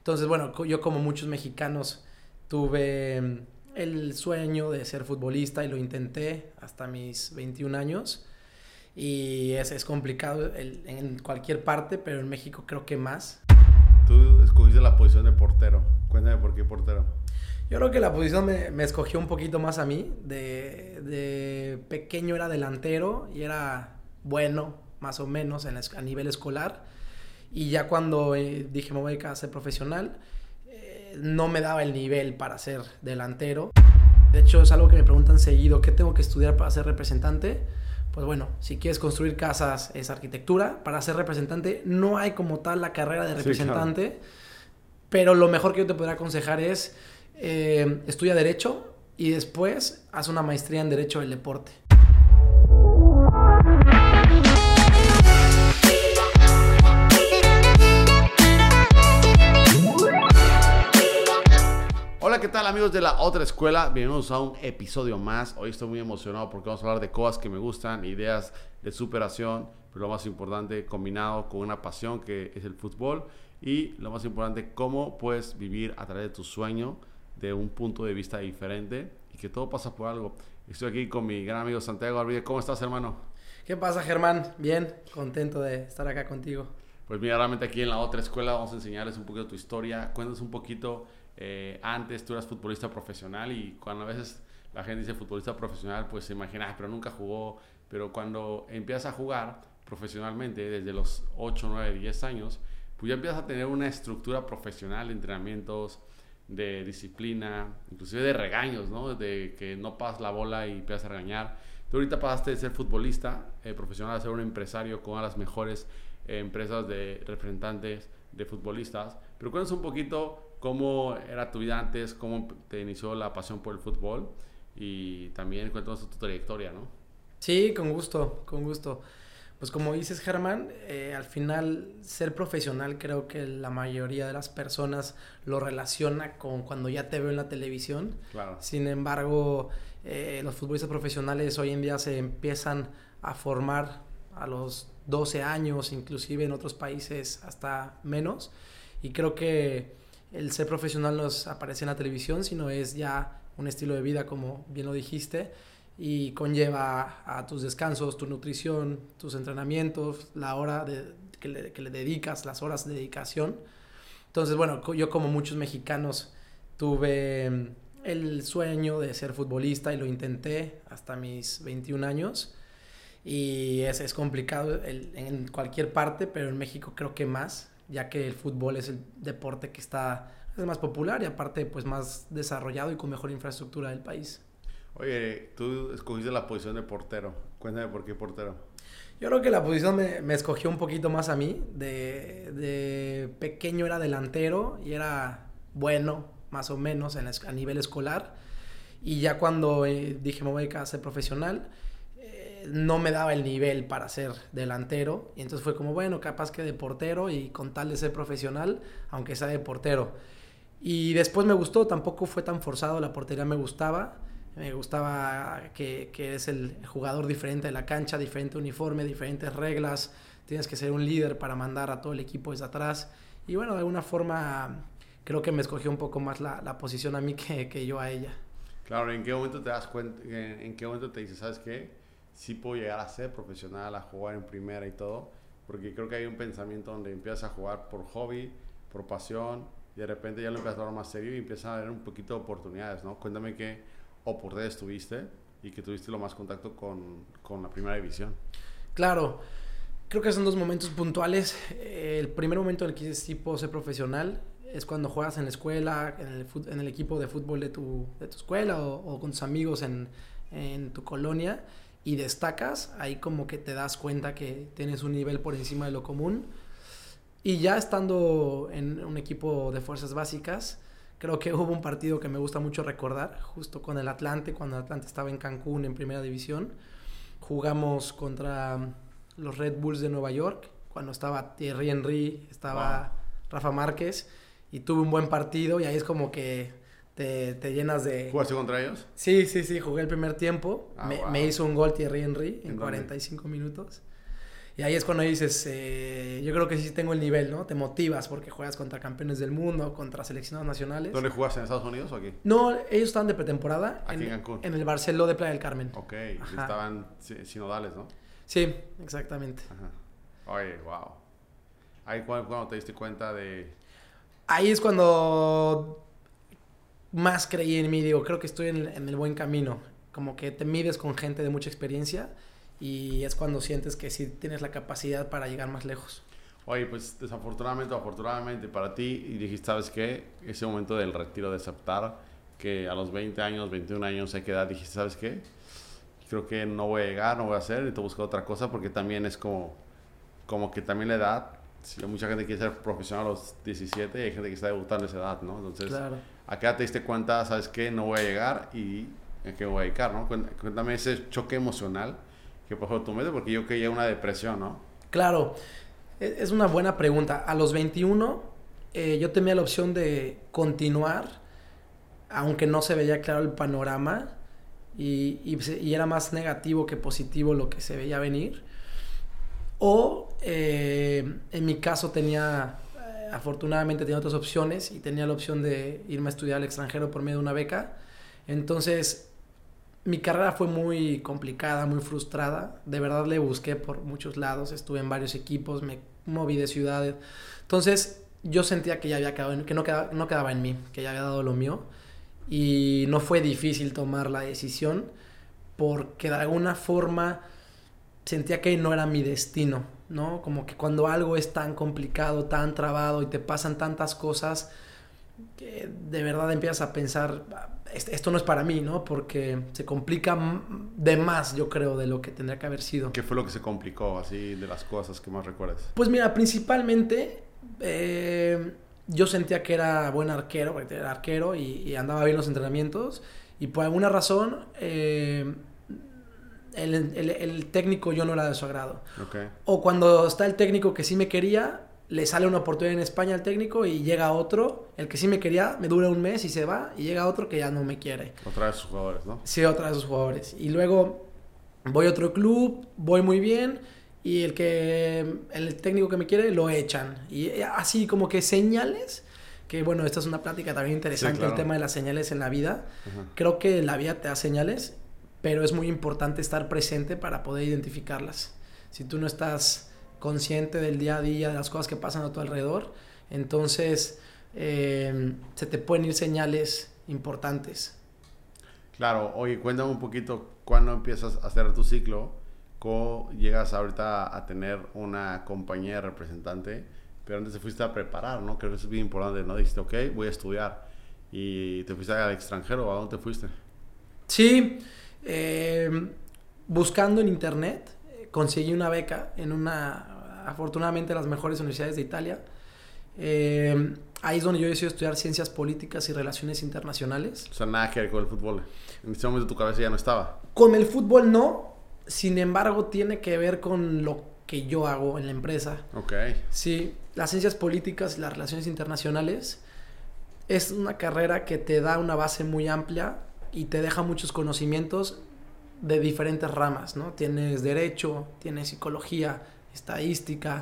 Entonces, bueno, yo como muchos mexicanos tuve el sueño de ser futbolista y lo intenté hasta mis 21 años. Y es complicado en cualquier parte, pero en México creo que más. Tú escogiste la posición de portero. Cuéntame por qué portero. Yo creo que la posición me escogió un poquito más a mí. De pequeño era delantero y era bueno, más o menos, a nivel escolar. Y ya cuando dije me voy a ser profesional, no me daba el nivel para ser delantero. De hecho, es algo que me preguntan seguido, ¿qué tengo que estudiar para ser representante? Pues bueno, si quieres construir casas es arquitectura. Para ser representante no hay como tal la carrera de representante. Sí, claro. Pero lo mejor que yo te podría aconsejar es estudia Derecho y después haz una maestría en Derecho del Deporte. Hola, ¿qué tal amigos de La Otra Escuela? Bienvenidos a un episodio más. Hoy estoy muy emocionado porque vamos a hablar de cosas que me gustan, ideas de superación, pero lo más importante, combinado con una pasión que es el fútbol y lo más importante, cómo puedes vivir a través de tu sueño de un punto de vista diferente y que todo pasa por algo. Estoy aquí con mi gran amigo Santiago Arvide. ¿Cómo estás, hermano? ¿Qué pasa, Germán? Bien, contento de estar acá contigo. Pues mira, realmente aquí en La Otra Escuela vamos a enseñarles un poquito tu historia. Cuéntanos un poquito. Antes tú eras futbolista profesional y cuando a veces la gente dice futbolista profesional, pues se imagina, pero nunca jugó. Pero cuando empiezas a jugar profesionalmente desde los 8, 9, 10 años, pues ya empiezas a tener una estructura profesional de entrenamientos, de disciplina, inclusive de regaños, ¿no? De que no pasas la bola y empiezas a regañar. Tú ahorita pasaste de ser futbolista profesional a ser un empresario con una de las mejores empresas de representantes de futbolistas. Pero cuéntanos un poquito cómo era tu vida antes, cómo te inició la pasión por el fútbol y también cuéntanos tu trayectoria, ¿no? Sí, con gusto. Pues como dices, Germán, al final ser profesional creo que la mayoría de las personas lo relaciona con cuando ya te veo en la televisión. Claro. Sin embargo, los futbolistas profesionales hoy en día se empiezan a formar a los 12 años, inclusive en otros países hasta menos. Y creo que el ser profesional no aparece en la televisión, sino es ya un estilo de vida, como bien lo dijiste, y conlleva a tus descansos, tu nutrición, tus entrenamientos, la hora que le dedicas, las horas de dedicación. Entonces, bueno, yo como muchos mexicanos tuve el sueño de ser futbolista y lo intenté hasta mis 21 años. Y es complicado en cualquier parte, pero en México creo que más, ya que el fútbol es el deporte que es más popular y aparte pues más desarrollado y con mejor infraestructura del país. Oye, tú escogiste la posición de portero. Cuéntame por qué portero. Yo creo que la posición me escogió un poquito más a mí. De pequeño era delantero y era bueno, más o menos, a nivel escolar. Y ya cuando dije me voy a ser profesional, no me daba el nivel para ser delantero. Y entonces fue como, bueno, capaz que de portero y con tal de ser profesional, aunque sea de portero. Y después me gustó, tampoco fue tan forzado, la portería me gustaba que eres el jugador diferente de la cancha, diferente uniforme, diferentes reglas, tienes que ser un líder para mandar a todo el equipo desde atrás. Y bueno, de alguna forma creo que me escogió un poco más la posición a mí que yo a ella. Claro, ¿en qué momento te das cuenta, en qué momento te dices, ¿sabes qué? Sí puedo llegar a ser profesional, a jugar en primera y todo, porque creo que hay un pensamiento donde empiezas a jugar por hobby, por pasión, y de repente ya lo empiezas a tomar más serio y empiezas a ver un poquito de oportunidades, ¿no? Cuéntame qué oportunidades tuviste y que tuviste lo más contacto con la primera división. Claro, creo que son dos momentos puntuales. El primer momento en el que sí puedo ser profesional es cuando juegas en la escuela, en el equipo de fútbol de tu escuela o con tus amigos en tu colonia, y destacas, ahí como que te das cuenta que tienes un nivel por encima de lo común. Y ya estando en un equipo de fuerzas básicas, creo que hubo un partido que me gusta mucho recordar, justo con el Atlante, cuando el Atlante estaba en Cancún en primera división. Jugamos contra los Red Bulls de Nueva York, cuando estaba Thierry Henry, estaba Rafa Márquez, y tuve un buen partido y ahí es como que te llenas de... ¿Jugaste contra ellos? Sí, jugué el primer tiempo. Me hizo un gol Thierry Henry en 45 minutos. Y ahí es cuando dices, yo creo que sí tengo el nivel, ¿no? Te motivas porque juegas contra campeones del mundo, contra seleccionados nacionales. ¿Dónde jugaste, en Estados Unidos o aquí? No, ellos estaban de pretemporada. Aquí en Cancún. En el Barceló de Playa del Carmen. Ok, estaban sinodales, ¿no? Sí, exactamente. Ajá. Oye, wow. Ahí cuando te diste cuenta de... Ahí es cuando más creí en mí, digo, creo que estoy en el buen camino. Como que te mides con gente de mucha experiencia y es cuando sientes que sí tienes la capacidad para llegar más lejos. Oye, pues desafortunadamente o afortunadamente para ti, y dijiste, ¿sabes qué? Ese momento del retiro, de aceptar que a los 20 años, 21 años, a qué edad dijiste, ¿sabes qué? Creo que no voy a llegar, no voy a hacer, y te busco otra cosa porque también es como que también la edad, si mucha gente quiere ser profesional a los 17 y hay gente que está debutando a esa edad, ¿no? Entonces, claro. ¿a qué edad te diste cuenta, sabes qué? No voy a llegar y ¿en qué me voy a dedicar, no? Cuéntame ese choque emocional que pasó tu mente porque yo creía una depresión, ¿no? Claro, es una buena pregunta. A los 21 yo tenía la opción de continuar, aunque no se veía claro el panorama y era más negativo que positivo lo que se veía venir. O en mi caso afortunadamente tenía otras opciones y tenía la opción de irme a estudiar al extranjero por medio de una beca. Entonces mi carrera fue muy complicada, muy frustrada. De verdad le busqué por muchos lados, estuve en varios equipos, me moví de ciudades. Entonces yo sentía que ya había quedado, que no quedaba en mí, que ya había dado lo mío. Y no fue difícil tomar la decisión porque de alguna forma sentía que no era mi destino, ¿no? Como que cuando algo es tan complicado, tan trabado y te pasan tantas cosas, que de verdad empiezas a pensar, esto no es para mí, ¿no? Porque se complica de más, yo creo, de lo que tendría que haber sido. ¿Qué fue lo que se complicó, así, de las cosas que más recuerdas? Pues mira, principalmente yo sentía que era buen arquero, porque era arquero y andaba bien los entrenamientos, y por alguna razón el técnico yo no era de su agrado. Okay. O cuando está el técnico que sí me quería, le sale una oportunidad en España al técnico y llega otro, el que sí me quería, me dura un mes y se va, y llega otro que ya no me quiere. Otra de sus jugadores, ¿no? Sí, otra de sus jugadores. Y luego voy a otro club, voy muy bien, y el técnico que me quiere lo echan. Y así como que señales, que bueno, esta es una plática también interesante, sí, claro. El tema de las señales en la vida. Uh-huh. Creo que la vida te da señales, pero es muy importante estar presente para poder identificarlas. Si tú no estás consciente del día a día, de las cosas que pasan a tu alrededor, entonces se te pueden ir señales importantes. Claro. Oye, cuéntame un poquito, ¿cuándo empiezas a hacer tu ciclo? ¿Cómo llegas ahorita a tener una compañía de representante? Pero antes te fuiste a preparar, ¿no? Creo que eso es bien importante, ¿no? Dijiste, ok, voy a estudiar. ¿Y te fuiste al extranjero? ¿A dónde te fuiste? Sí, buscando en internet, conseguí una beca en afortunadamente, las mejores universidades de Italia. Ahí es donde yo decidí estudiar Ciencias Políticas y Relaciones Internacionales. O sea, nada que ver con el fútbol. En ese momento tu cabeza ya no estaba. Con el fútbol no, sin embargo tiene que ver con lo que yo hago en la empresa. Ok. Sí, las Ciencias Políticas y las Relaciones Internacionales es una carrera que te da una base muy amplia y te deja muchos conocimientos de diferentes ramas, ¿no? Tienes derecho, tienes psicología, estadística,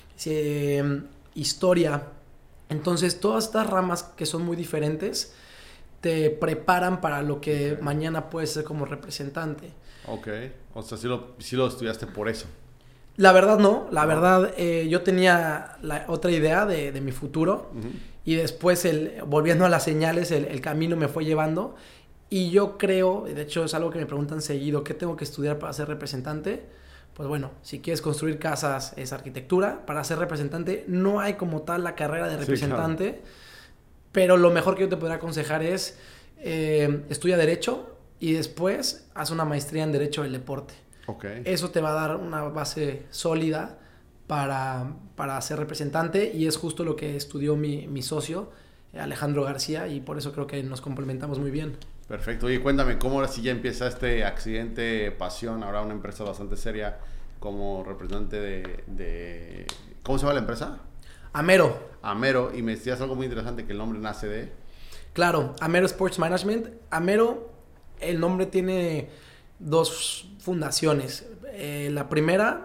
historia. Entonces, todas estas ramas que son muy diferentes te preparan para lo que mañana puedes ser como representante. Ok. O sea, sí lo estudiaste por eso. La verdad no. La verdad, yo tenía otra idea de mi futuro. Uh-huh. Y después, volviendo a las señales, el camino me fue llevando. Y yo creo, de hecho es algo que me preguntan seguido, ¿qué tengo que estudiar para ser representante? Pues bueno, si quieres construir casas es arquitectura. Para ser representante no hay como tal la carrera de representante. Sí, claro. Pero lo mejor que yo te podría aconsejar es estudia Derecho y después haz una maestría en Derecho del Deporte. Okay. Eso te va a dar una base sólida para ser representante y es justo lo que estudió mi socio, Alejandro García, y por eso creo que nos complementamos muy bien. Perfecto. Oye, cuéntame, ¿cómo ahora sí ya empieza este accidente Pasión? Ahora una empresa bastante seria como representante de... ¿Cómo se llama la empresa? Amero. Amero. Y me decías algo muy interesante, que el nombre nace de... Claro, Amero Sports Management. Amero, el nombre tiene dos fundaciones. La primera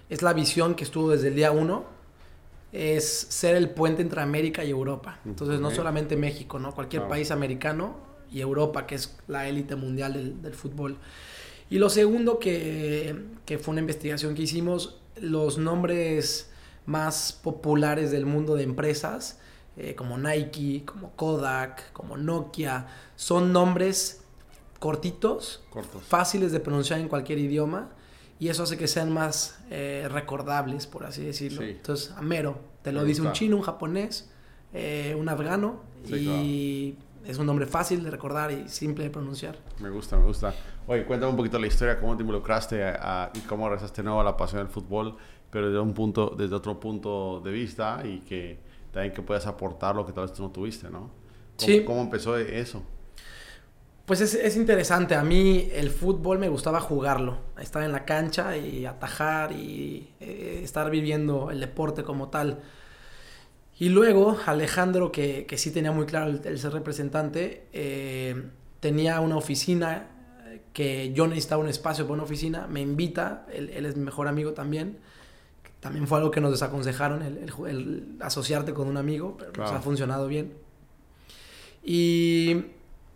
es la visión que estuvo desde el día 1, es ser el puente entre América y Europa. Entonces, no solamente México, ¿no? Cualquier país americano y Europa, que es la élite mundial del fútbol. Y lo segundo que fue una investigación que hicimos, los nombres más populares del mundo de empresas, como Nike, como Kodak, como Nokia, son nombres cortos, fáciles de pronunciar en cualquier idioma, y eso hace que sean más recordables, por así decirlo. Sí. Entonces, Amero, te lo dice un chino, un japonés, un afgano, y es un nombre fácil de recordar y simple de pronunciar. Me gusta. Oye, cuéntame un poquito la historia, cómo te involucraste y cómo regresaste nuevo a la pasión del fútbol, pero desde otro punto de vista, y que también que puedas aportar lo que tal vez tú no tuviste, ¿no? ¿Cómo empezó eso? Pues es interesante. A mí el fútbol me gustaba jugarlo, estar en la cancha y atajar y estar viviendo el deporte como tal. Y luego Alejandro, que sí tenía muy claro el ser representante, tenía una oficina que yo necesitaba un espacio para una oficina, me invita, él es mi mejor amigo también. También fue algo que nos desaconsejaron, el asociarte con un amigo, pero nos ha funcionado bien. Y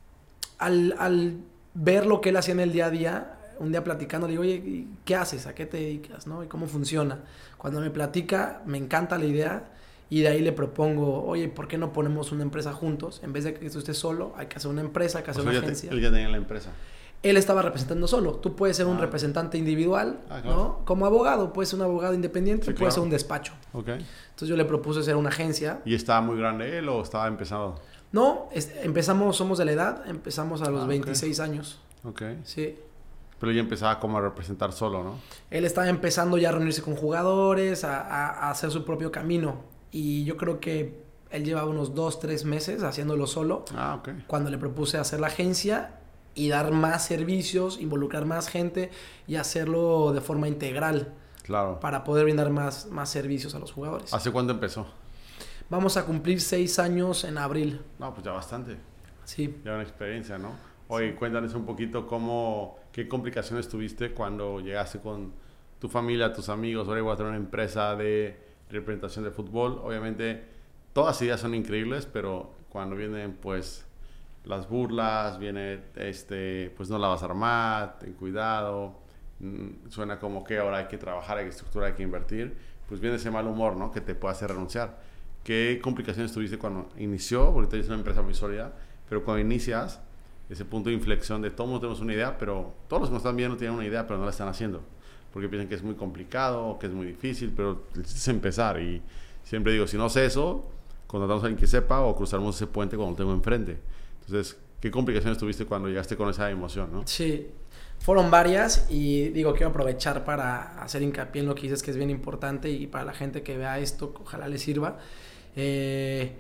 al ver lo que él hacía en el día a día, un día platicando, le digo, oye, ¿qué haces? ¿A qué te dedicas? ¿No? ¿Y cómo funciona? Cuando me platica, me encanta la idea, y de ahí le propongo, oye, ¿por qué no ponemos una empresa juntos? En vez de que tú estés solo, hay que hacer una empresa, hay que hacer una agencia. Él ya tenía la empresa. Él estaba representando solo. Tú puedes ser un representante individual, claro, ¿no? Como abogado, puedes ser un abogado independiente, sí, puedes ser un despacho. Okay. Entonces yo le propuse ser una agencia. ¿Y estaba muy grande él o estaba empezado? No, empezamos, somos de la edad, empezamos a los 26 años. Ok. Sí. Pero ya empezaba como a representar solo, ¿no? Él estaba empezando ya a reunirse con jugadores, a hacer su propio camino. Y yo creo que él llevaba unos 2-3 meses haciéndolo solo. Okay. Cuando le propuse hacer la agencia y dar más servicios, involucrar más gente y hacerlo de forma integral. Claro. Para poder brindar más servicios a los jugadores. ¿Hace cuándo empezó? Vamos a cumplir 6 años en abril. No, pues ya bastante. Sí. Ya una experiencia, ¿no? Oye, sí. Cuéntanos un poquito qué complicaciones tuviste cuando llegaste con tu familia, tus amigos. Ahora voy a tener una empresa de representación de fútbol. Obviamente, todas las ideas son increíbles, pero cuando vienen, pues, las burlas, viene, pues, no la vas a armar, ten cuidado. Suena como que ahora hay que trabajar, hay que estructurar, hay que invertir. Pues viene ese mal humor, ¿no? Que te puede hacer renunciar. ¿Qué complicaciones tuviste cuando inició? Porque tú eres una empresa muy sólida, pero cuando inicias, ese punto de inflexión de todos tenemos una idea, pero todos los que nos están viendo tienen una idea, pero no la están haciendo. Porque piensan que es muy complicado, que es muy difícil, pero es empezar. Y siempre digo, si no sé eso, contratamos a alguien que sepa o cruzamos ese puente cuando lo tengo enfrente. Entonces, ¿qué complicaciones tuviste cuando llegaste con esa emoción, no? Sí, fueron varias y digo, quiero aprovechar para hacer hincapié en lo que dices, que es bien importante, y para la gente que vea esto, ojalá les sirva. Te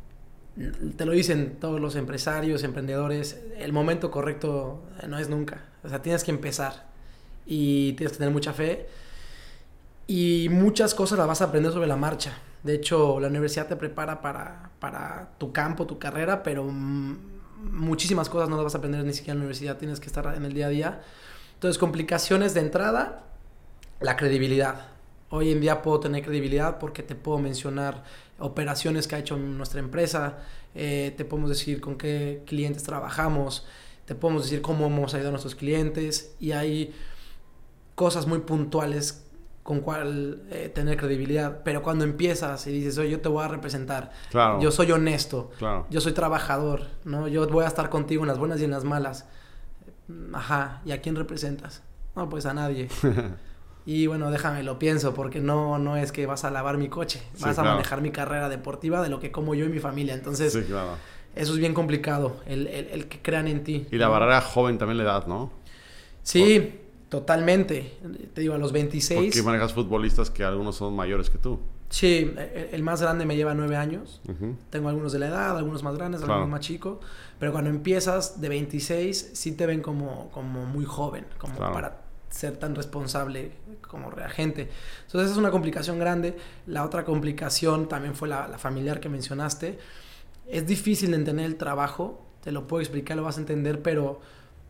lo dicen todos los empresarios, emprendedores, el momento correcto no es nunca. O sea, tienes que empezar y tienes que tener mucha fe, y muchas cosas las vas a aprender sobre la marcha. De hecho, la universidad te prepara para tu campo, tu carrera, pero muchísimas cosas no las vas a aprender ni siquiera en la universidad, tienes que estar en el día a día. Entonces, complicaciones de entrada, la credibilidad. Hoy en día puedo tener credibilidad porque te puedo mencionar operaciones que ha hecho nuestra empresa, te podemos decir con qué clientes trabajamos, te podemos decir cómo hemos ayudado a nuestros clientes, y hay cosas muy puntuales con cuál tener credibilidad. Pero cuando empiezas y dices, oye, yo te voy a representar, claro, yo soy honesto, claro, yo soy trabajador, ¿no? Yo voy a estar contigo en las buenas y en las malas. Ajá, ¿y a quién representas? No, pues a nadie. Y bueno, déjame lo pienso, porque no es que vas a lavar mi coche, vas a manejar mi carrera deportiva de lo que como yo y mi familia. Entonces, claro, eso es bien complicado, el que crean en ti. Y la barrera joven también, la edad, ¿no? Sí, totalmente. Te digo, a los 26... Porque manejas futbolistas que algunos son mayores que tú. Sí, el más grande me lleva 9 años. Uh-huh. Tengo algunos de la edad, algunos más grandes, claro, algunos más chicos. Pero cuando empiezas de 26, sí te ven como muy joven, como claro, para ser tan responsable como reagente. Entonces, esa es una complicación grande. La otra complicación también fue la familiar que mencionaste. Es difícil de entender el trabajo, te lo puedo explicar, lo vas a entender, pero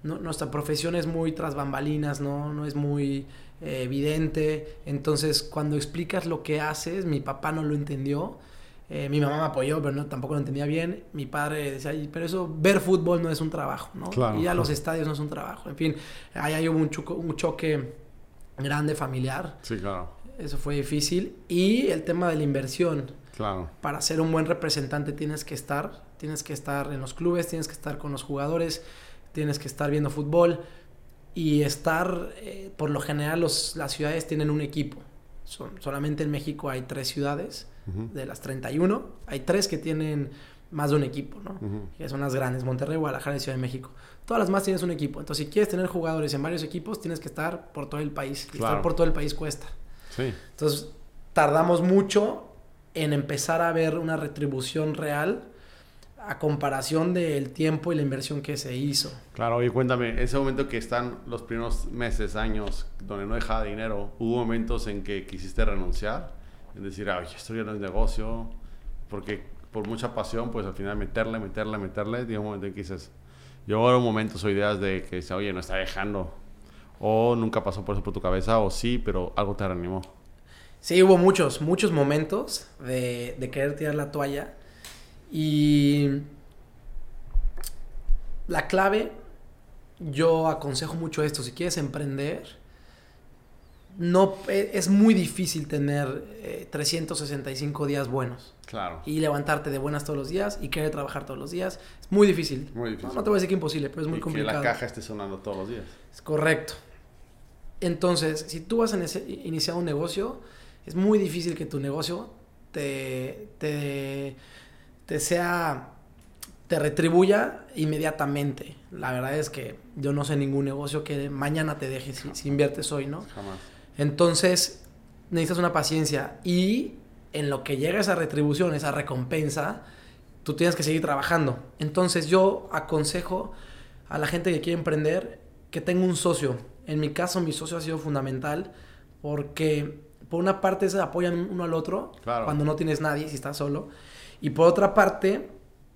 nuestra profesión es muy tras bambalinas, no es muy evidente. Entonces, cuando explicas lo que haces, mi papá no lo entendió. Mi mamá me apoyó, pero tampoco lo entendía bien. Mi padre decía, pero eso, ver fútbol no es un trabajo, ¿no? Claro. Ir a los estadios no es un trabajo. En fin, ahí hubo un choque grande familiar. Sí, claro. Eso fue difícil. Y el tema de la inversión. Claro. Para ser un buen representante tienes que estar en los clubes, tienes que estar con los jugadores, tienes que estar viendo fútbol y estar, por lo general las ciudades tienen un equipo. Solamente en México hay 3 ciudades, de las 31, hay 3 que tienen más de un equipo, ¿no? Que son las grandes, Monterrey, Guadalajara y Ciudad de México. Todas las más tienes un equipo. Entonces, si quieres tener jugadores en varios equipos, tienes que estar por todo el país. Y estar por todo el país cuesta. Sí. Entonces, tardamos mucho en empezar a ver una retribución real a comparación del tiempo y la inversión que se hizo. Claro, oye, cuéntame, ese momento que están los primeros meses, años, donde no dejaba dinero, ¿hubo momentos en que quisiste renunciar? En decir, ay, esto ya no es negocio, porque por mucha pasión, pues al final meterle, llega un momento en que dices, yo hubo momentos o ideas de que dices, oye, no está dejando, o nunca pasó por eso por tu cabeza, o sí, pero algo te reanimó. Sí, hubo muchos momentos de querer tirar la toalla. Y la clave, yo aconsejo mucho esto, si quieres emprender, es muy difícil tener 365 días buenos. Claro. Y levantarte de buenas todos los días y querer trabajar todos los días. Es muy difícil. Muy difícil. No te voy a decir que imposible, pero es muy complicado. Que la caja esté sonando todos los días. Es correcto. Entonces, si tú vas a iniciar un negocio, es muy difícil que tu negocio te retribuya inmediatamente. La verdad es que yo no sé ningún negocio que mañana te deje si inviertes hoy, ¿no? Jamás. Entonces, necesitas una paciencia y en lo que llega esa retribución, esa recompensa, tú tienes que seguir trabajando. Entonces, yo aconsejo a la gente que quiere emprender que tenga un socio. En mi caso, mi socio ha sido fundamental porque por una parte se apoyan uno al otro, claro, cuando no tienes nadie, si estás solo. Y por otra parte,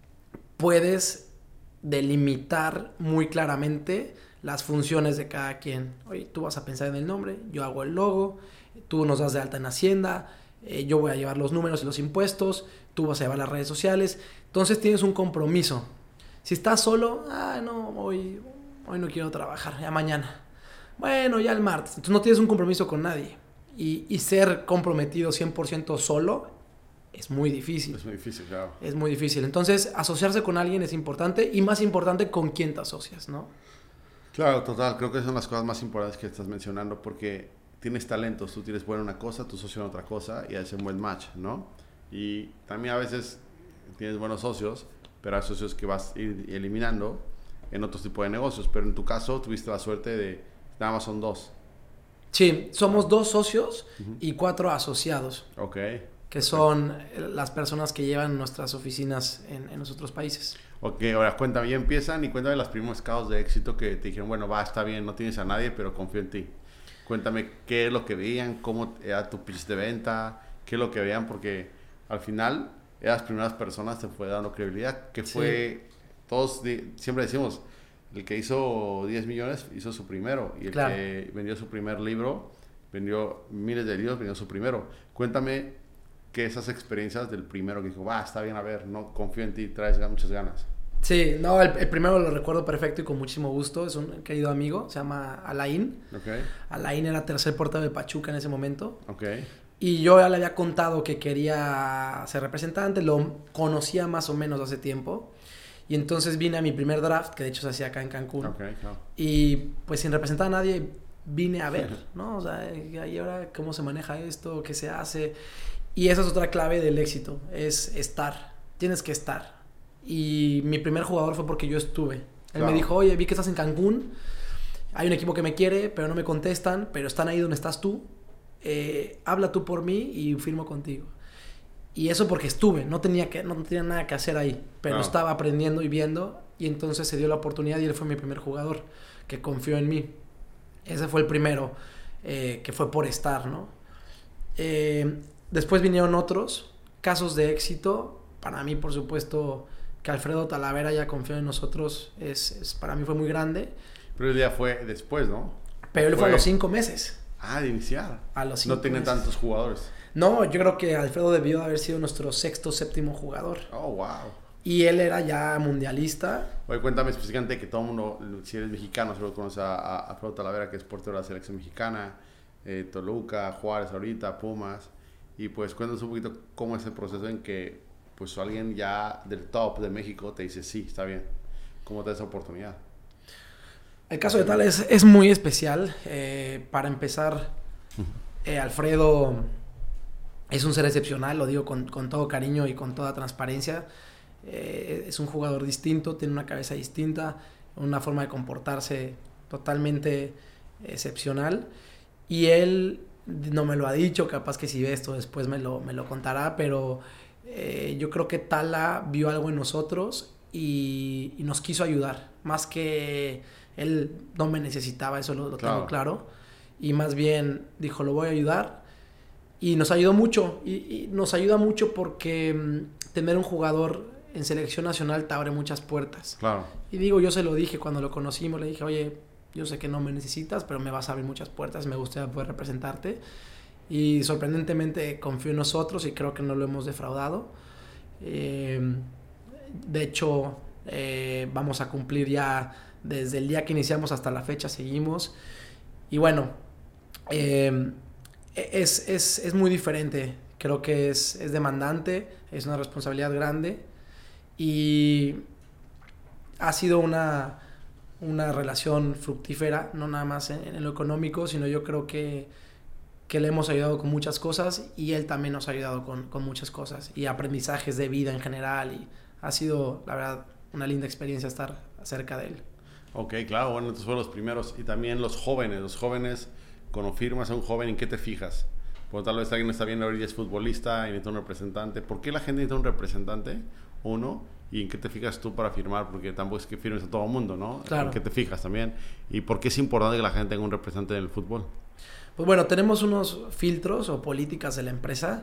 puedes delimitar muy claramente las funciones de cada quien. Oye, tú vas a pensar en el nombre, yo hago el logo, tú nos das de alta en Hacienda, yo voy a llevar los números y los impuestos, tú vas a llevar las redes sociales. Entonces tienes un compromiso. Si estás solo, no, hoy no quiero trabajar, ya mañana. Bueno, ya el martes. Entonces no tienes un compromiso con nadie. Y ser comprometido 100% solo es muy difícil. Es muy difícil, claro. Es muy difícil. Entonces, asociarse con alguien es importante y más importante con quién te asocias, ¿no? Claro, total. Creo que son las cosas más importantes que estás mencionando porque tienes talentos. Tú tienes bueno una cosa, tu socio en otra cosa y hace un buen match, ¿no? Y también a veces tienes buenos socios, pero hay socios que vas a ir eliminando en otros tipos de negocios. Pero en tu caso tuviste la suerte de nada más son 2. Sí, somos 2 socios y 4 asociados. Ok. Que son las personas que llevan nuestras oficinas en los otros países. Ok, ahora cuéntame, ya empiezan y cuéntame los primeros casos de éxito que te dijeron, bueno, está bien, no tienes a nadie, pero confío en ti. Cuéntame qué es lo que veían, cómo era tu pitch de venta, qué es lo que veían, porque al final, las primeras personas te fue dando credibilidad, que fue, sí, todos siempre decimos, el que hizo 10 millones hizo su primero, y el claro, que vendió su primer libro, vendió miles de libros, vendió su primero. Cuéntame que esas experiencias del primero que dijo, está bien, a ver, no confío en ti, traes muchas ganas. Sí, no, el primero lo recuerdo perfecto y con muchísimo gusto. Es un querido amigo, se llama Alain. Okay. Alain era tercer portero de Pachuca en ese momento. Okay. Y yo ya le había contado que quería ser representante, lo conocía más o menos hace tiempo. Y entonces vine a mi primer draft, que de hecho se hacía acá en Cancún. Okay, claro. Y pues sin representar a nadie, vine a ver, ¿no? O sea, ¿y ahora cómo se maneja esto? ¿Qué se hace? Y esa es otra clave del éxito, es estar. Tienes que estar. Y mi primer jugador fue porque yo estuve. Él claro, me dijo, oye, vi que estás en Cancún, hay un equipo que me quiere, pero no me contestan, pero están ahí donde estás tú. Habla tú por mí y firmo contigo. Y eso porque estuve, no tenía nada que hacer ahí, pero estaba aprendiendo y viendo, y entonces se dio la oportunidad y él fue mi primer jugador que confió en mí. Ese fue el primero, que fue por estar, ¿no? Después vinieron otros casos de éxito. Para mí, por supuesto, que Alfredo Talavera haya confiado en nosotros para mí fue muy grande. Pero el día fue después, ¿no? Pero él fue a los 5 meses. Ah, de iniciar. A los 5 No tiene meses. tantos jugadores. No, yo creo que Alfredo debió haber sido nuestro 6º, 7º jugador. Oh, wow. Y él era ya mundialista. Oye, cuéntame específicamente que todo el mundo, si eres mexicano, seguro conoce a Alfredo Talavera, que es portero de la selección mexicana, Toluca, Juárez ahorita, Pumas. Y pues cuéntanos un poquito cómo es el proceso en que pues alguien ya del top de México te dice, sí, está bien. ¿Cómo te da esa oportunidad? El caso de Tal es muy especial. Para empezar, Alfredo es un ser excepcional, lo digo con todo cariño y con toda transparencia. Es un jugador distinto, tiene una cabeza distinta, una forma de comportarse totalmente excepcional. Y él no me lo ha dicho, capaz que si ve esto después me lo contará, pero yo creo que Tala vio algo en nosotros y nos quiso ayudar, más que él no me necesitaba, eso lo tengo claro, y más bien dijo, lo voy a ayudar, y nos ayudó mucho, y nos ayuda mucho porque tener un jugador en selección nacional te abre muchas puertas. Claro. Y digo, yo se lo dije cuando lo conocimos, le dije, oye, yo sé que no me necesitas, pero me vas a abrir muchas puertas, me gustaría poder representarte. Y sorprendentemente confió en nosotros y creo que no lo hemos defraudado. De hecho, vamos a cumplir ya desde el día que iniciamos hasta la fecha, seguimos. Y bueno, es muy diferente. Creo que es demandante, es una responsabilidad grande y ha sido una relación fructífera, no nada más en lo económico, sino yo creo que le hemos ayudado con muchas cosas y él también nos ha ayudado con muchas cosas y aprendizajes de vida en general, y ha sido, la verdad, una linda experiencia estar cerca de él. Ok, claro, bueno, estos fueron los primeros. Y también los jóvenes, cuando firmas a un joven, ¿en qué te fijas? Porque tal vez alguien está viendo ahorita, es futbolista y necesita un representante. ¿Por qué la gente necesita un representante? Uno, ¿y en qué te fijas tú para firmar? Porque tampoco es que firmes a todo el mundo, ¿no? Claro. ¿En qué te fijas también? ¿Y por qué es importante que la gente tenga un representante en el fútbol? Pues bueno, tenemos unos filtros o políticas de la empresa.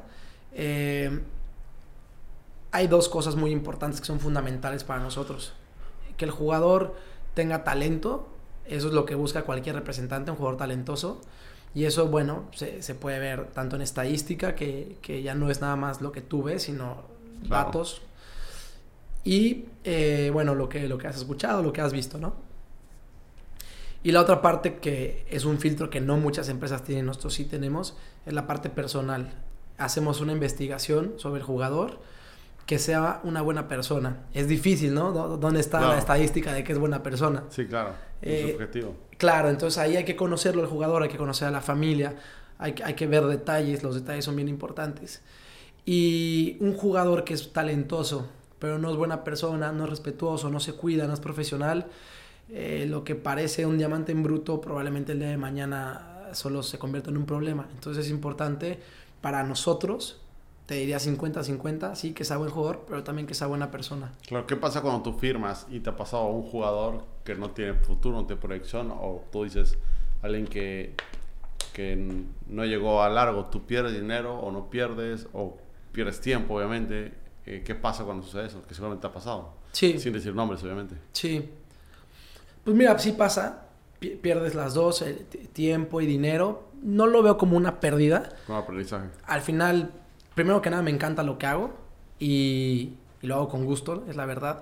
Hay dos cosas muy importantes que son fundamentales para nosotros. Que el jugador tenga talento, eso es lo que busca cualquier representante, un jugador talentoso. Y eso, bueno, se puede ver tanto en estadística, que ya no es nada más lo que tú ves, sino datos. Y, bueno, lo que has escuchado, lo que has visto, ¿no? Y la otra parte, que es un filtro que no muchas empresas tienen, nosotros sí tenemos, es la parte personal. Hacemos una investigación sobre el jugador, que sea una buena persona. Es difícil, ¿no? ¿Dónde está la estadística de que es buena persona? Sí, claro. Es subjetivo. Claro, entonces ahí hay que conocerlo el jugador, hay que conocer a la familia, hay que ver detalles, los detalles son bien importantes. Y un jugador que es talentoso, pero no es buena persona, no es respetuoso, no se cuida, no es profesional, lo que parece un diamante en bruto, probablemente el día de mañana solo se convierta en un problema. Entonces es importante para nosotros, te diría 50-50, sí, que sea buen jugador, pero también que sea buena persona. Claro, ¿qué pasa cuando tú firmas y te ha pasado a un jugador que no tiene futuro, no tiene proyección, o tú dices alguien que no llegó a largo, tú pierdes dinero o no pierdes, o pierdes tiempo, obviamente? ¿Qué pasa cuando sucede eso? Que seguramente te ha pasado. Sí. Sin decir nombres, obviamente. Sí. Pues mira, sí pasa, pierdes las dos, tiempo y dinero. No lo veo como una pérdida. Como aprendizaje. Al final, primero que nada, me encanta lo que hago y lo hago con gusto, es la verdad.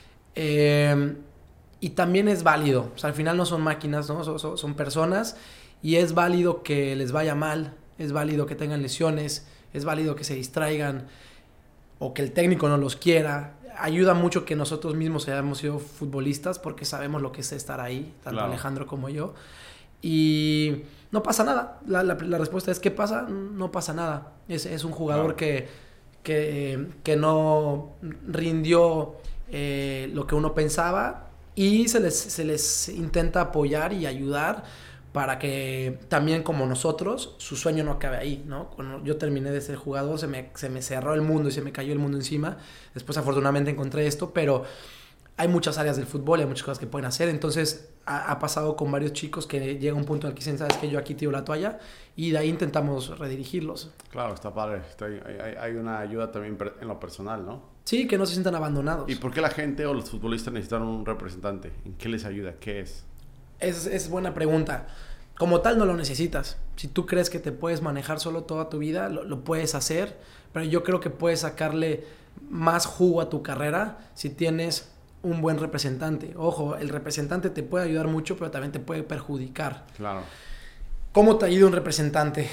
Y también es válido. O sea, al final no son máquinas, ¿no? Son personas, y es válido que les vaya mal, es válido que tengan lesiones, es válido que se distraigan o que el técnico no los quiera. Ayuda mucho que nosotros mismos hayamos sido futbolistas, porque sabemos lo que es estar ahí, tanto claro. Alejandro como yo. Y no pasa nada. La respuesta es, ¿qué pasa? No pasa nada. Es un jugador claro. que no rindió lo que uno pensaba, y se les intenta apoyar y ayudar para que también, como nosotros, su sueño no acabe ahí, ¿no? Cuando yo terminé de ser jugador, se me cerró el mundo y se me cayó el mundo encima. Después, afortunadamente, encontré esto, pero hay muchas áreas del fútbol y hay muchas cosas que pueden hacer. Entonces, ha pasado con varios chicos que llega un punto en el que dicen, ¿sabes qué? Yo aquí tiro la toalla, y de ahí intentamos redirigirlos. Claro, está padre. Hay una ayuda también en lo personal, ¿no? Sí, que no se sientan abandonados. ¿Y por qué la gente o los futbolistas necesitan un representante? ¿En qué les ayuda? ¿Qué es? Es buena pregunta. Como tal no lo necesitas. Si tú crees que te puedes manejar solo toda tu vida, lo puedes hacer, pero yo creo que puedes sacarle más jugo a tu carrera si tienes un buen representante. Ojo, el representante te puede ayudar mucho, pero también te puede perjudicar. Claro. ¿Cómo te ayuda un representante?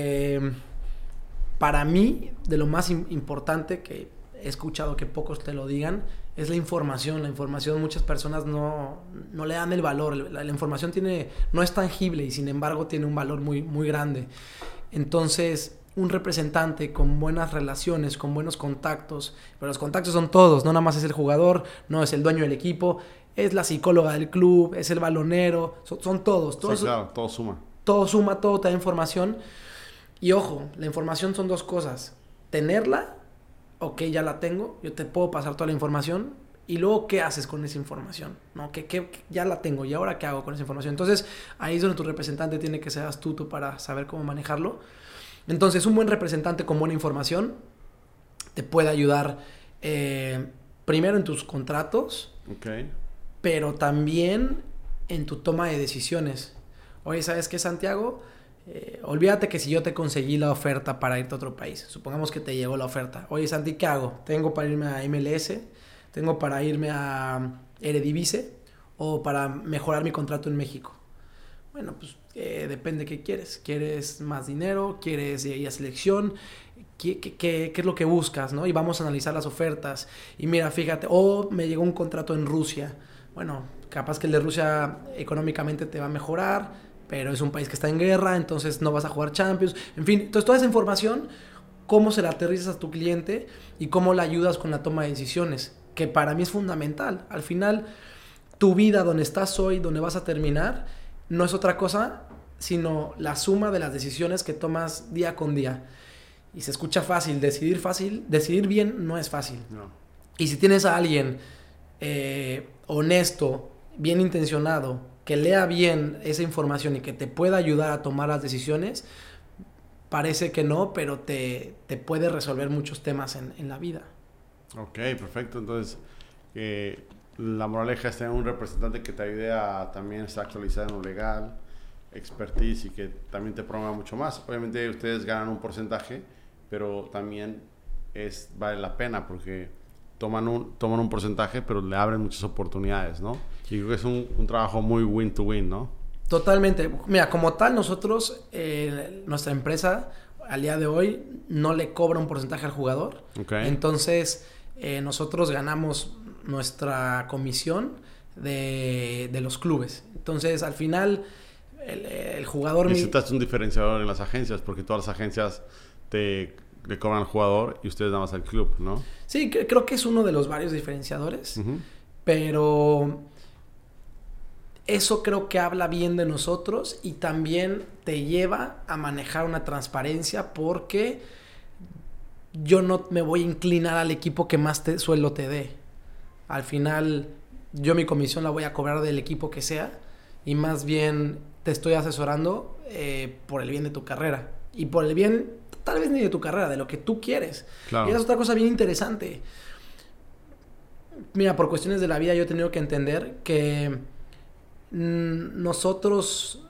Para mí, de lo más importante, que he escuchado que pocos te lo digan, es la información. La información muchas personas no le dan el valor. La información no es tangible y sin embargo tiene un valor muy, muy grande. Entonces, un representante con buenas relaciones, con buenos contactos, pero los contactos son todos, no nada más es el jugador, no es el dueño del equipo, es la psicóloga del club, es el balonero, son todos. Sí, claro, todo suma. Todo suma, todo te da información. Y ojo, la información son dos cosas. Tenerla, ok, ya la tengo, yo te puedo pasar toda la información. Y luego, ¿qué haces con esa información? ¿No? Que ya la tengo, ¿y ahora qué hago con esa información? Entonces, ahí es donde tu representante tiene que ser astuto para saber cómo manejarlo. Entonces, un buen representante con buena información te puede ayudar primero en tus contratos, Okay. pero también en tu toma de decisiones. Oye, ¿sabes qué, Santiago? Olvídate que si yo te conseguí la oferta para irte a otro país, supongamos que te llegó la oferta. Oye, Santi, ¿qué hago? ¿Tengo para irme a MLS? ¿Tengo para irme a Eredivisie? ¿O para mejorar mi contrato en México? Bueno, pues depende qué quieres. ¿Quieres más dinero? ¿Quieres ir a selección? ¿Qué es lo que buscas, ¿no? Y vamos a analizar las ofertas. Y mira, fíjate, me llegó un contrato en Rusia. Bueno, capaz que el de Rusia económicamente te va a mejorar, pero es un país que está en guerra, entonces no vas a jugar Champions. En fin, entonces toda esa información, cómo se la aterrizas a tu cliente y cómo la ayudas con la toma de decisiones, que para mí es fundamental. Al final, tu vida, donde estás hoy, donde vas a terminar, no es otra cosa sino la suma de las decisiones que tomas día con día. Y se escucha fácil, decidir bien no es fácil. No. Y si tienes a alguien honesto, bien intencionado, que lea bien esa información y que te pueda ayudar a tomar las decisiones, parece que no, pero te puede resolver muchos temas en la vida. Ok, perfecto. Entonces, la moraleja es tener un representante que te ayude a también estar actualizado en lo legal, expertise y que también te promueva mucho más. Obviamente ustedes ganan un porcentaje, pero también vale la pena porque toman un porcentaje, pero le abren muchas oportunidades, ¿no? Y creo que es un trabajo muy win to win, ¿no? Totalmente. Mira, como tal, nosotros, nuestra empresa, al día de hoy, no le cobra un porcentaje al jugador. Okay. Entonces, nosotros ganamos nuestra comisión de los clubes. Entonces, al final, el jugador... Y eso te hace un diferenciador en las agencias, porque todas las agencias le cobran al jugador y ustedes nada más al club, ¿no? Sí, creo que es uno de los varios diferenciadores, Uh-huh. pero eso creo que habla bien de nosotros y también te lleva a manejar una transparencia porque yo no me voy a inclinar al equipo que más sueldo te dé. Al final, yo mi comisión la voy a cobrar del equipo que sea y más bien te estoy asesorando por el bien de tu carrera y por el bien, tal vez ni de tu carrera, de lo que tú quieres. Claro. Y esa es otra cosa bien interesante. Mira, por cuestiones de la vida yo he tenido que entender que nosotros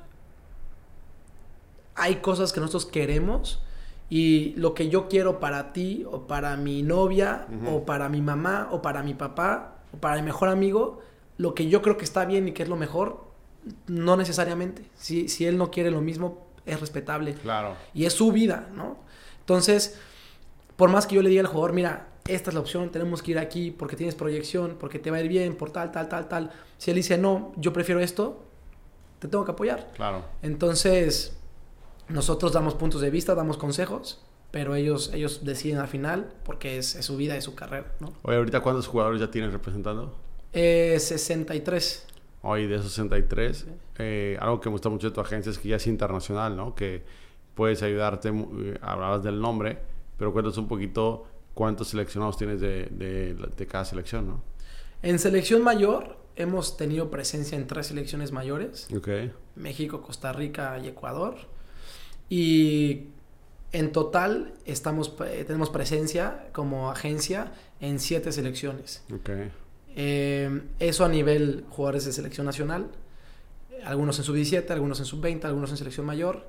hay cosas que nosotros queremos y lo que yo quiero para ti o para mi novia Uh-huh. o para mi mamá o para mi papá o para mi mejor amigo, lo que yo creo que está bien y que es lo mejor, no necesariamente. Si él no quiere lo mismo, es respetable. Claro. Y es su vida, ¿no? Entonces, por más que yo le diga al jugador, mira, esta es la opción, tenemos que ir aquí porque tienes proyección, porque te va a ir bien, por tal. Si él dice, no, yo prefiero esto, te tengo que apoyar. Claro. Entonces, nosotros damos puntos de vista, damos consejos, pero ellos deciden al final porque es su vida y su carrera, ¿no? Oye, ahorita ¿cuántos jugadores ya tienes representando? 63. Hoy de esos 63, algo que me gusta mucho de tu agencia es que ya es internacional, ¿no? Que puedes ayudarte, hablabas del nombre, pero cuéntanos un poquito cuántos seleccionados tienes de cada selección, ¿no? En selección mayor hemos tenido presencia en 3 selecciones mayores. Ok. México, Costa Rica y Ecuador. Y En total tenemos presencia como agencia en 7 selecciones. Okay. Eso a nivel jugadores de selección nacional, algunos en sub-17, algunos en sub-20, algunos en selección mayor.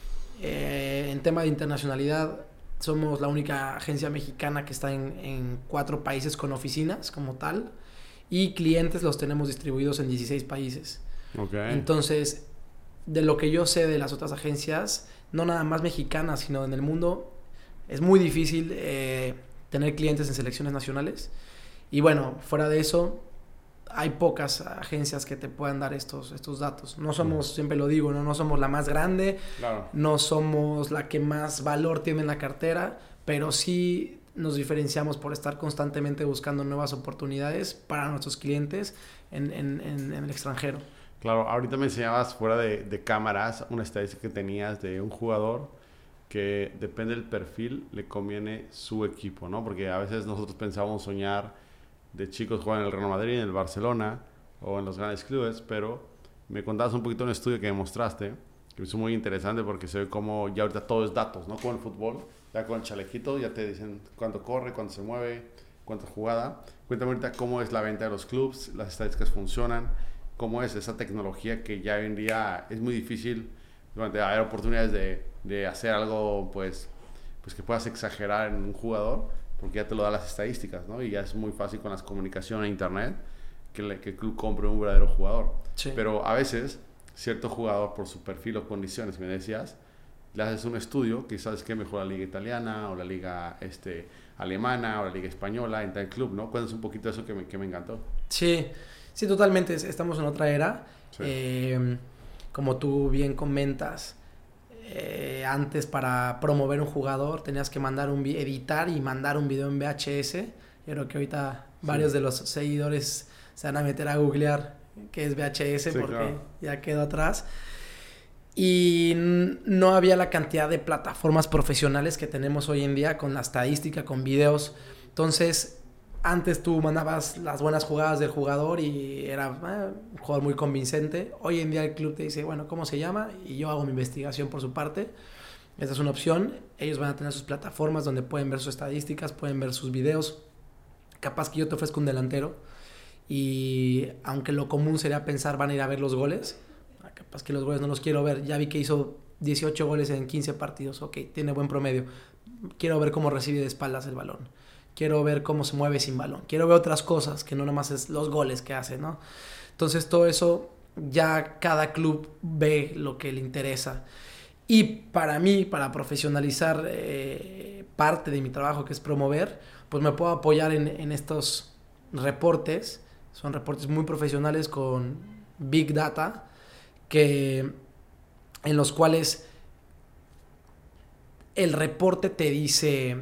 En tema de internacionalidad, somos la única agencia mexicana que está en 4 países con oficinas como tal, y clientes los tenemos distribuidos en 16 países. Okay. Entonces, de lo que yo sé de las otras agencias, no nada más mexicanas, sino en el mundo, es muy difícil tener clientes en selecciones nacionales. Y bueno, fuera de eso, hay pocas agencias que te puedan dar estos datos. No somos, siempre lo digo, no somos la más grande, claro. No somos la que más valor tiene en la cartera, pero sí nos diferenciamos por estar constantemente buscando nuevas oportunidades para nuestros clientes en el extranjero. Claro, ahorita me enseñabas fuera de cámaras una estadística que tenías de un jugador que depende del perfil, le conviene su equipo, ¿no? Porque a veces nosotros pensábamos soñar de chicos jugar en el Real Madrid, en el Barcelona o en los grandes clubes, pero me contabas un poquito un estudio que me mostraste, que me hizo muy interesante porque se ve como ya ahorita todo es datos, ¿no? Como el fútbol, ya con el chalequito ya te dicen cuánto corre, cuánto se mueve, cuánta jugada. Cuéntame ahorita cómo es la venta de los clubes, las estadísticas funcionan, cómo es esa tecnología que ya hoy en día es muy difícil haber oportunidades de hacer algo pues que puedas exagerar en un jugador, porque ya te lo da las estadísticas, ¿no? Y ya es muy fácil con las comunicaciones e internet que el club compre un verdadero jugador. Sí. Pero a veces cierto jugador por su perfil o condiciones, me decías, le haces un estudio que sabes que mejor la liga italiana o la liga alemana o la liga española en tal club, ¿no? Cuéntanos un poquito de eso que me encantó. Sí, totalmente. Estamos en otra era. Sí. Como tú bien comentas, antes para promover un jugador tenías que editar y mandar un video en VHS. Yo creo que ahorita varios de los seguidores se van a meter a googlear qué es VHS, porque claro, ya quedó atrás. Y no había la cantidad de plataformas profesionales que tenemos hoy en día con la estadística, con videos. Entonces, antes tú mandabas las buenas jugadas del jugador y era un jugador muy convincente. Hoy en día el club te dice, bueno, ¿cómo se llama? Y yo hago mi investigación por su parte. Esa es una opción. Ellos van a tener sus plataformas donde pueden ver sus estadísticas, pueden ver sus videos. Capaz que yo te ofrezco un delantero y aunque lo común sería pensar van a ir a ver los goles, capaz que los goles no los quiero ver. Ya vi que hizo 18 goles en 15 partidos. Ok, tiene buen promedio. Quiero ver cómo recibe de espaldas el balón. Quiero ver cómo se mueve sin balón. Quiero ver otras cosas que no nomás es los goles que hace, ¿no? Entonces todo eso ya cada club ve lo que le interesa. Y para mí, para profesionalizar parte de mi trabajo, que es promover, pues me puedo apoyar en estos reportes. Son reportes muy profesionales con Big Data, en los cuales el reporte te dice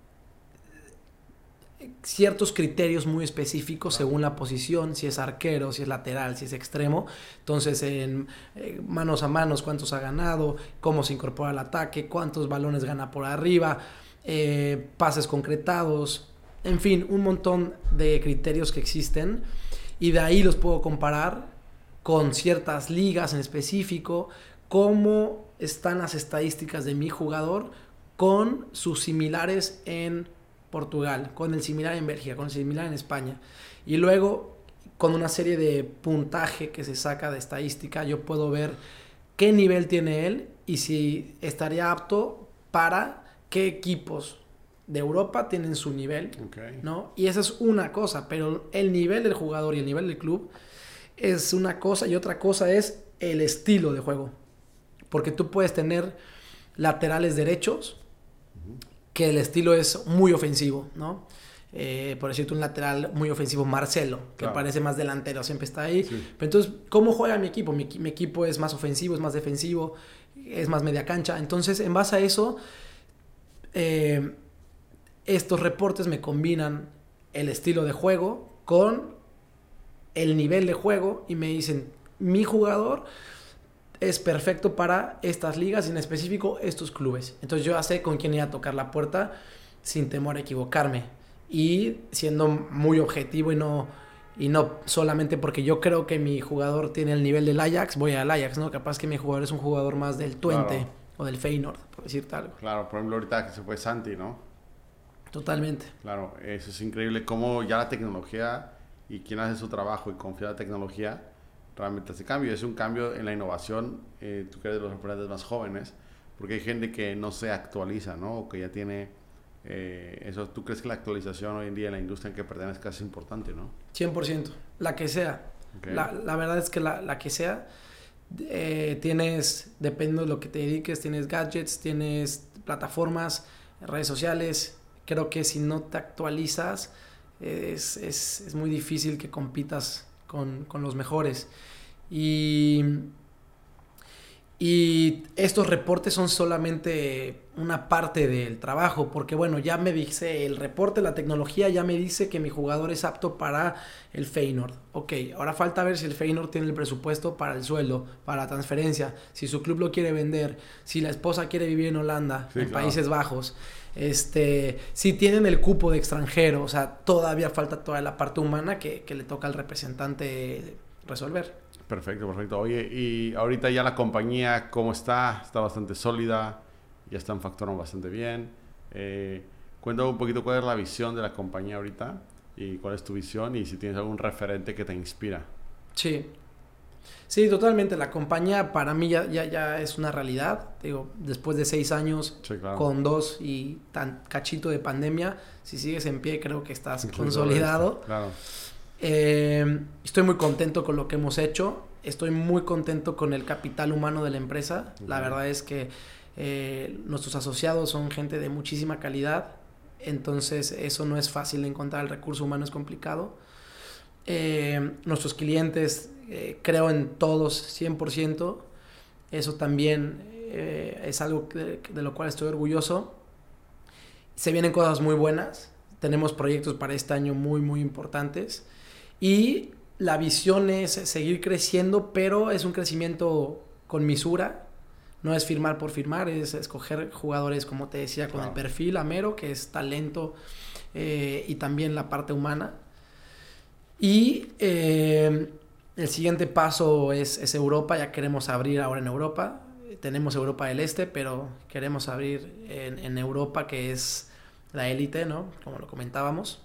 ciertos criterios muy específicos según la posición, si es arquero, si es lateral, si es extremo. Entonces en manos a manos, cuántos ha ganado, cómo se incorpora al ataque, cuántos balones gana por arriba, pases concretados, en fin, un montón de criterios que existen, y de ahí los puedo comparar con ciertas ligas en específico, cómo están las estadísticas de mi jugador con sus similares en Portugal, con el similar en Bélgica, con el similar en España. Y luego, con una serie de puntaje que se saca de estadística, yo puedo ver qué nivel tiene él y si estaría apto para qué equipos de Europa tienen su nivel, ¿no? Y esa es una cosa, pero el nivel del jugador y el nivel del club es una cosa, y otra cosa es el estilo de juego. Porque tú puedes tener laterales derechos que el estilo es muy ofensivo, ¿no? Por decirte, un lateral muy ofensivo, Marcelo, que parece más delantero, siempre está ahí. Sí. Pero entonces, ¿cómo juega mi equipo? Mi equipo es más ofensivo, es más defensivo, es más media cancha. Entonces, en base a eso, estos reportes me combinan el estilo de juego con el nivel de juego y me dicen, mi jugador es perfecto para estas ligas y en específico estos clubes. Entonces yo ya sé con quién ir a tocar la puerta sin temor a equivocarme y siendo muy objetivo y no solamente porque yo creo que mi jugador tiene el nivel del Ajax, voy al Ajax, ¿no? Capaz que mi jugador es un jugador más del Twente, claro, o del Feyenoord, por decirte algo. Claro, por ejemplo, ahorita que se fue Santi, ¿no? Totalmente. Claro, eso es increíble cómo ya la tecnología y quien hace su trabajo y confía en la tecnología realmente hace cambio. Es un cambio en la innovación, tú que eres de los representantes más jóvenes, porque hay gente que no se actualiza, ¿no? O que ya tiene eso. ¿Tú crees que la actualización hoy en día en la industria en que pertenezcas es importante, no? 100%, la que sea. Okay. La verdad es que la que sea, tienes, dependiendo de lo que te dediques, tienes gadgets, tienes plataformas, redes sociales. Creo que si no te actualizas, es muy difícil que compitas con los mejores. Y estos reportes son solamente una parte del trabajo, porque bueno, ya me dice el reporte, la tecnología ya me dice que mi jugador es apto para el Feyenoord. Ok, ahora falta ver si el Feyenoord tiene el presupuesto para el sueldo, para la transferencia, si su club lo quiere vender, si la esposa quiere vivir en Holanda, en Países Bajos, si tienen el cupo de extranjero. O sea, todavía falta toda la parte humana que le toca al representante resolver. Perfecto. Oye, y ahorita ya la compañía, ¿cómo está? Está bastante sólida, ya están facturando bastante bien. Cuéntame un poquito cuál es la visión de la compañía ahorita y cuál es tu visión y si tienes algún referente que te inspira. Sí, totalmente. La compañía para mí ya es una realidad. Digo, después de 6 años, sí, claro, con 2 y tan cachito de pandemia, si sigues en pie creo que estás consolidado. Claro. Estoy muy contento con lo que hemos hecho. Estoy muy contento con el capital humano de la empresa. La verdad es que nuestros asociados son gente de muchísima calidad. Entonces eso no es fácil de encontrar. El recurso humano es complicado. Nuestros clientes, creo en todos 100%. Eso también es algo de lo cual estoy orgulloso. Se vienen cosas muy buenas. Tenemos proyectos para este año muy, muy importantes. Y la visión es seguir creciendo, pero es un crecimiento con misura. No es firmar por firmar, es escoger jugadores, como te decía, con el perfil Amero, que es talento y también la parte humana. Y el siguiente paso es Europa. Ya queremos abrir ahora en Europa. Tenemos Europa del Este, pero queremos abrir en Europa, que es la élite, ¿no? Como lo comentábamos.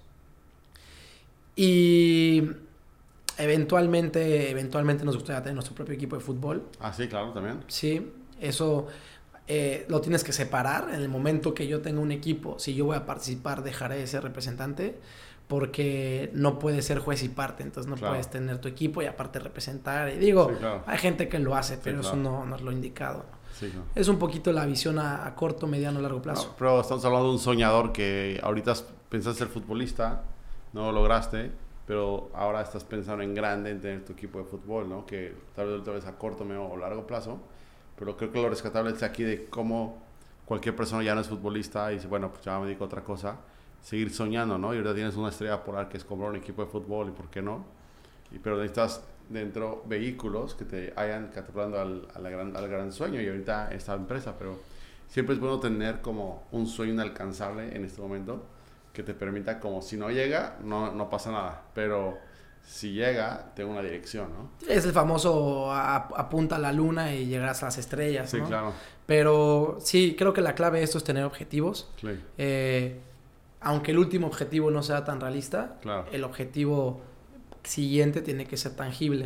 Y eventualmente nos gustaría tener nuestro propio equipo de fútbol. Sí, claro, también. Sí, eso lo tienes que separar. En el momento que yo tenga un equipo, si yo voy a participar, dejaré de ser representante, porque no puedes ser juez y parte. Entonces no puedes tener tu equipo y aparte representar. Y digo, sí, claro, hay gente que lo hace, pero eso no es lo indicado. Sí, claro. Es un poquito la visión a corto, mediano, largo plazo. No, pero estamos hablando de un soñador que ahorita pensaste ser futbolista, no lo lograste, pero ahora estás pensando en grande, en tener tu equipo de fútbol, ¿no? Que tal vez a corto, medio o largo plazo, pero creo que lo rescatable es aquí de cómo cualquier persona ya no es futbolista y dice, bueno, pues ya me dedico a otra cosa, seguir soñando, ¿no? Y ahorita tienes una estrella polar que es comprar un equipo de fútbol y por qué no, pero necesitas dentro vehículos que te hayan catapultando al gran sueño, y ahorita esta empresa, pero siempre es bueno tener como un sueño inalcanzable en este momento que te permita, como si no llega, no pasa nada, pero si llega, tengo una dirección, ¿no? Es el famoso apunta a la luna y llegarás a las estrellas, sí, ¿no? Claro. Pero sí, creo que la clave de esto es tener objetivos. Sí. Aunque el último objetivo no sea tan realista, claro, el objetivo siguiente tiene que ser tangible.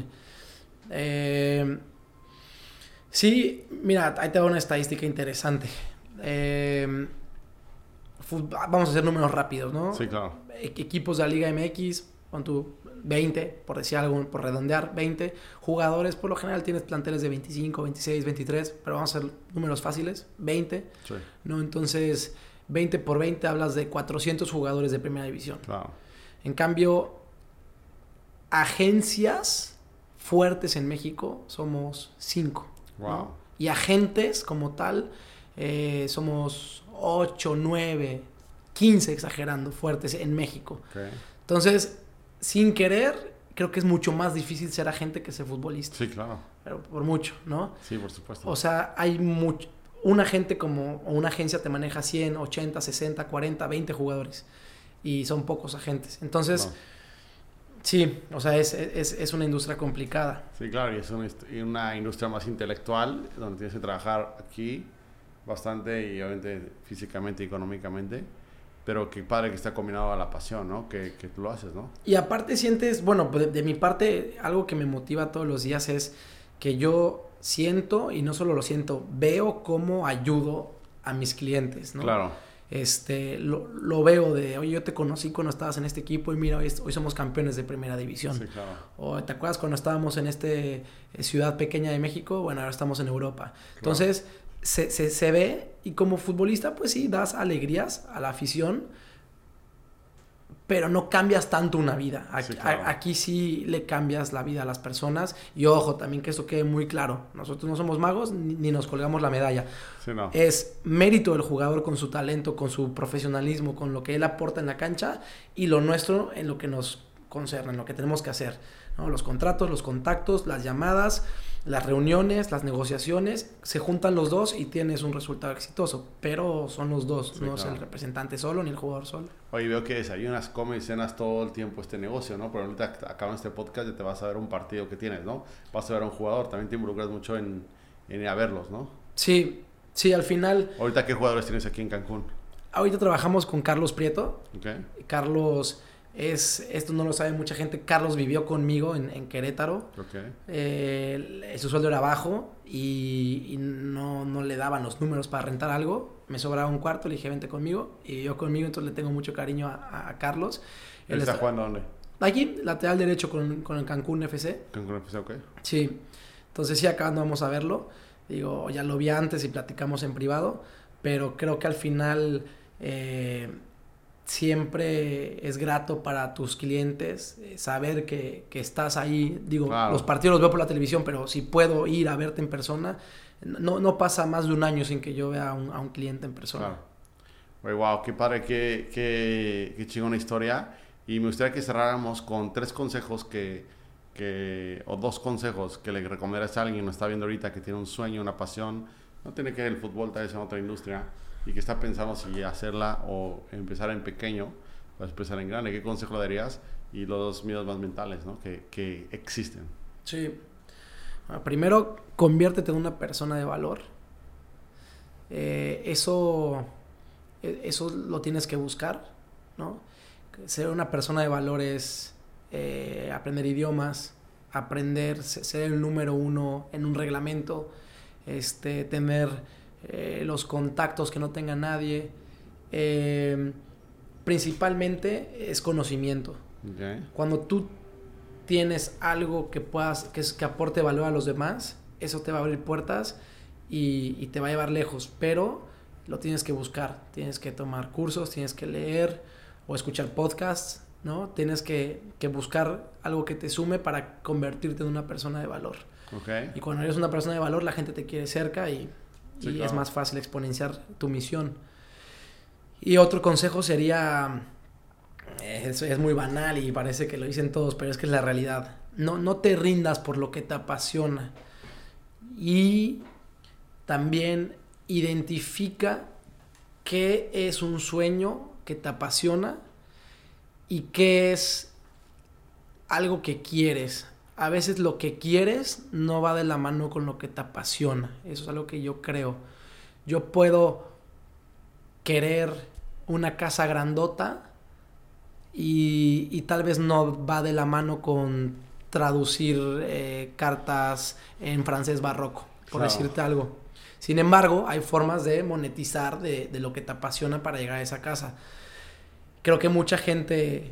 Sí, mira, ahí te doy una estadística interesante. Vamos a hacer números rápidos, ¿no? Sí, claro. Equipos de la Liga MX, pon tú 20, por decir algo, por redondear, 20 jugadores. Por lo general tienes planteles de 25, 26, 23, pero vamos a hacer números fáciles, 20. Sí. ¿No? Entonces, 20 por 20 hablas de 400 jugadores de primera división. Claro. En cambio, agencias fuertes en México somos 5. Wow. ¿no? Y agentes como tal somos 8, 9, 15 exagerando fuertes en México. Okay. Entonces, sin querer, creo que es mucho más difícil ser agente que ser futbolista. Sí, claro. Pero por mucho, ¿no? Sí, por supuesto. O sea, hay mucho. Un agente o una agencia te maneja 100, 80, 60, 40, 20 jugadores. Y son pocos agentes. Entonces, sí, o sea, es una industria complicada. Sí, claro, y es una industria más intelectual, donde tienes que trabajar aquí bastante y obviamente físicamente y económicamente, pero qué padre que está combinado a la pasión, ¿no? Que tú lo haces, ¿no? Y aparte sientes, bueno, de mi parte, algo que me motiva todos los días es que yo siento, y no solo lo siento, veo cómo ayudo a mis clientes, ¿no? Claro. Lo veo de, oye, yo te conocí cuando estabas en este equipo y mira, hoy somos campeones de primera división. Sí, claro. O ¿te acuerdas cuando estábamos en ciudad pequeña de México? Bueno, ahora estamos en Europa. Claro. Entonces, se ve, y como futbolista, pues sí, das alegrías a la afición, pero no cambias tanto una vida. Aquí sí le cambias la vida a las personas. Y ojo, también que esto quede muy claro. Nosotros no somos magos ni nos colgamos la medalla. Sí, no. Es mérito del jugador con su talento, con su profesionalismo, con lo que él aporta en la cancha, y lo nuestro en lo que nos concierne, en lo que tenemos que hacer, ¿no? Los contratos, los contactos, las llamadas, las reuniones, las negociaciones, se juntan los dos y tienes un resultado exitoso, pero son los dos, sí, no claro. Es el representante solo ni el jugador solo. Oye, veo que desayunas, comes y cenas todo el tiempo este negocio, ¿no? Pero ahorita acabando este podcast ya te vas a ver un partido que tienes, ¿no? Vas a ver a un jugador, también te involucras mucho en ir a verlos, ¿no? Sí, al final... ¿Ahorita qué jugadores tienes aquí en Cancún? Ahorita trabajamos con Carlos Prieto. Okay. Carlos... esto no lo sabe mucha gente. Carlos vivió conmigo en Querétaro. Okay. Su sueldo era bajo y no le daban los números para rentar algo. Me sobraba un cuarto, le dije vente conmigo, y vivió conmigo, entonces le tengo mucho cariño a Carlos. ¿Él está jugando dónde? Aquí, lateral derecho con el Cancún FC. Cancún FC, ok. Sí, entonces sí, acá vamos a verlo. Digo, ya lo vi antes y platicamos en privado, pero creo que al final... siempre es grato para tus clientes saber que estás ahí. Digo, claro. Los partidos los veo por la televisión, pero si puedo ir a verte en persona, no pasa más de un año sin que yo vea a un cliente en persona. Claro. Wow, qué padre, qué chingona historia. Y me gustaría que cerráramos con 3 consejos o 2 consejos que le recomendarías a alguien que nos está viendo ahorita, que tiene un sueño, una pasión, no tiene que ver el fútbol, tal vez en otra industria, y que está pensando si hacerla o empezar en pequeño o empezar en grande. ¿Qué consejo le darías? Y los 2 miedos más mentales, ¿no? que existen. Sí. Bueno, primero, conviértete en una persona de valor. Eso lo tienes que buscar, ¿no? Ser una persona de valor es aprender idiomas, ser el número 1 en un reglamento, tener... los contactos que no tenga nadie, principalmente es conocimiento. Okay. Cuando tú tienes algo que aporte valor a los demás, eso te va a abrir puertas y te va a llevar lejos, pero lo tienes que buscar, tienes que tomar cursos, tienes que leer o escuchar podcasts, ¿no? Tienes que buscar algo que te sume para convertirte en una persona de valor. Okay. Y cuando eres una persona de valor, la gente te quiere cerca y sí, claro. Es más fácil exponenciar tu misión. Y otro consejo sería, es muy banal y parece que lo dicen todos, pero es que es la realidad. No te rindas por lo que te apasiona. Y también identifica qué es un sueño que te apasiona y qué es algo que quieres. A veces lo que quieres no va de la mano con lo que te apasiona. Eso es algo que yo creo. Yo puedo querer una casa grandota y tal vez no va de la mano con traducir cartas en francés barroco, por decirte algo. Sin embargo, hay formas de monetizar de lo que te apasiona para llegar a esa casa. Creo que mucha gente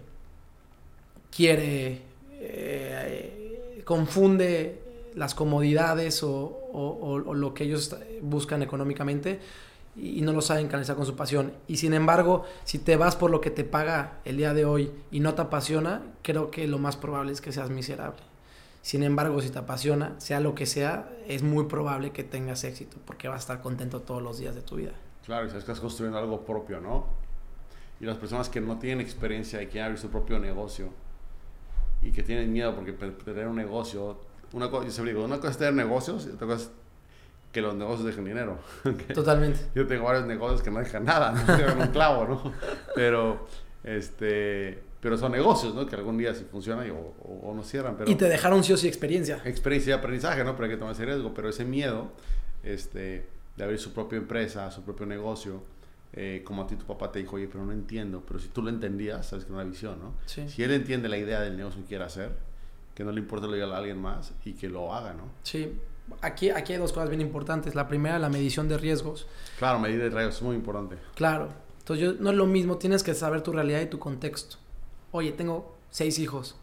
confunde las comodidades o lo que ellos buscan económicamente y no lo saben canalizar con su pasión. Y sin embargo, si te vas por lo que te paga el día de hoy y no te apasiona, creo que lo más probable es que seas miserable. Sin embargo, si te apasiona, sea lo que sea, es muy probable que tengas éxito porque vas a estar contento todos los días de tu vida. Claro, y sabes que estás construyendo algo propio, ¿no? Y las personas que no tienen experiencia y quieren abrir su propio negocio y que tienen miedo porque tener un negocio, una cosa es tener negocios y otra cosa es que los negocios dejen dinero. ¿Okay? Totalmente. Yo tengo varios negocios que no dejan nada, no dejan un clavo, ¿no? Pero son negocios, ¿no? Que algún día sí funcionan o no cierran. Pero y te dejaron sí o sí experiencia. Experiencia y aprendizaje, ¿no? Pero hay que tomar ese riesgo. Pero ese miedo, de abrir su propia empresa, su propio negocio, como a ti tu papá te dijo, oye, pero no entiendo, pero si tú lo entendías, sabes que era una visión, ¿no? Sí. Si él entiende la idea del negocio que quiere hacer, que no le importa lo diga a alguien más y que lo haga, ¿no? Sí, aquí hay dos cosas bien importantes. La primera, la medición de riesgos. Claro, medir de riesgos es muy importante. Claro, entonces no es lo mismo, tienes que saber tu realidad y tu contexto. Oye, tengo 6 hijos,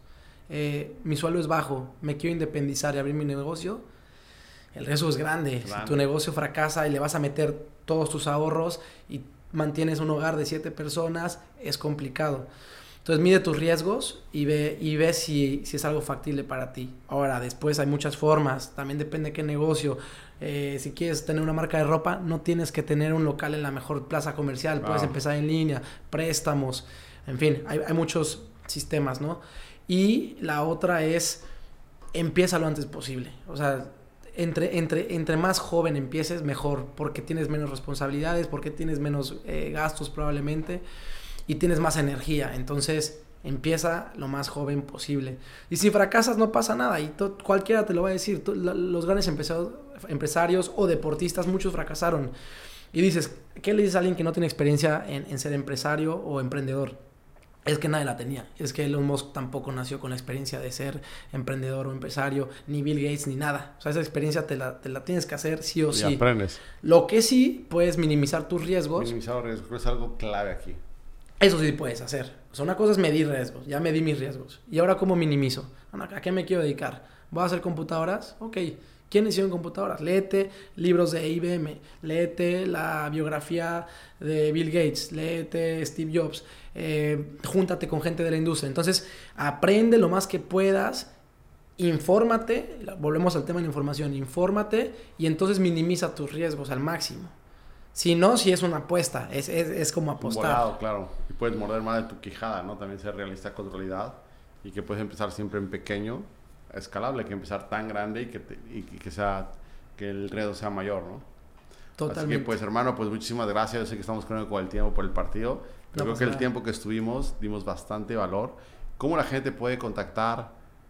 mi sueldo es bajo, me quiero independizar y abrir mi negocio, el riesgo es grande. Si tu negocio fracasa y le vas a meter todos tus ahorros y mantienes un hogar de 7 personas, es complicado. Entonces mide tus riesgos y ve si es algo factible para ti. Ahora, después hay muchas formas, también depende de qué negocio. Si quieres tener una marca de ropa, no tienes que tener un local en la mejor plaza comercial, puedes empezar en línea, préstamos, en fin, hay muchos sistemas, ¿no? Y la otra es, empieza lo antes posible. O sea, entre más joven empieces, mejor, porque tienes menos responsabilidades, porque tienes menos gastos probablemente, y tienes más energía. Entonces empieza lo más joven posible, y si fracasas no pasa nada, y cualquiera te lo va a decir. Los grandes empresarios o deportistas, muchos fracasaron, y dices, ¿qué le dices a alguien que no tiene experiencia en ser empresario o emprendedor? Es que nadie la tenía. Es que Elon Musk tampoco nació con la experiencia de ser emprendedor o empresario, ni Bill Gates, ni nada. O sea, esa experiencia te la tienes que hacer sí o sí. Y aprendes. Lo que sí, puedes minimizar tus riesgos. Minimizar los riesgos, creo que es algo clave aquí. Eso sí puedes hacer. O sea, una cosa es medir riesgos. Ya medí mis riesgos. ¿Y ahora cómo minimizo? ¿A qué me quiero dedicar? ¿Voy a hacer computadoras? Ok. ¿Quiénes hicieron computadoras? Léete libros de IBM. Léete la biografía de Bill Gates. Léete Steve Jobs. Júntate con gente de la industria. Entonces, aprende lo más que puedas. Infórmate. Volvemos al tema de la información. Infórmate y entonces minimiza tus riesgos al máximo. Si no, si es una apuesta, es como apostar. Volado, claro. Y puedes morder más de tu quijada, ¿no? También ser realista con tu realidad. Y que puedes empezar siempre en pequeño, escalable, que empezar tan grande y que el riesgo sea mayor, ¿no? Totalmente. Así que, pues, hermano, pues muchísimas gracias. Yo sé que estamos corriendo con el tiempo por el partido. Pero creo que el tiempo que estuvimos dimos bastante valor. ¿Cómo la gente puede contactar,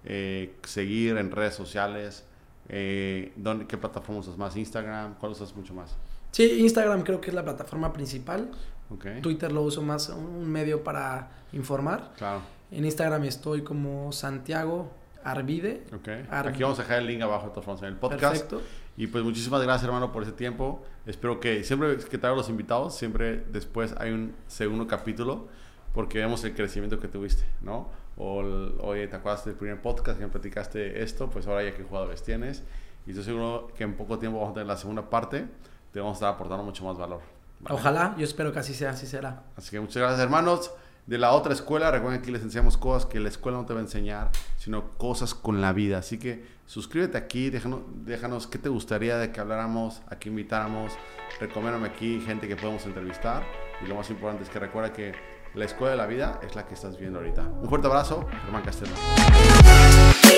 seguir en redes sociales? ¿Qué plataformas usas más? ¿Instagram? ¿Cuál usas mucho más? Sí, Instagram creo que es la plataforma principal. Okay. Twitter lo uso más, un medio para informar. Claro. En Instagram estoy como Santiago Arvide. Okay. Aquí vamos a dejar el link abajo de todas formas en el podcast. Perfecto. Y pues muchísimas gracias, hermano, por ese tiempo. Espero que siempre que traigo los invitados, siempre después hay un segundo capítulo, porque vemos el crecimiento que tuviste, ¿no? Oye, ¿te acuerdas del primer podcast que me platicaste esto? Pues ahora ya qué jugadores tienes. Y estoy seguro que en poco tiempo vamos a tener la segunda parte. Te vamos a estar aportando mucho más valor, ¿vale? Ojalá, yo espero que así sea, así será. Así que muchas gracias, hermanos. De la otra escuela, recuerden que aquí les enseñamos cosas que la escuela no te va a enseñar, sino cosas con la vida. Así que suscríbete aquí, déjanos qué te gustaría de que habláramos, a qué invitáramos. Recomiéndame aquí gente que podemos entrevistar. Y lo más importante es que recuerda que la escuela de la vida es la que estás viendo ahorita. Un fuerte abrazo, Germán Castelo.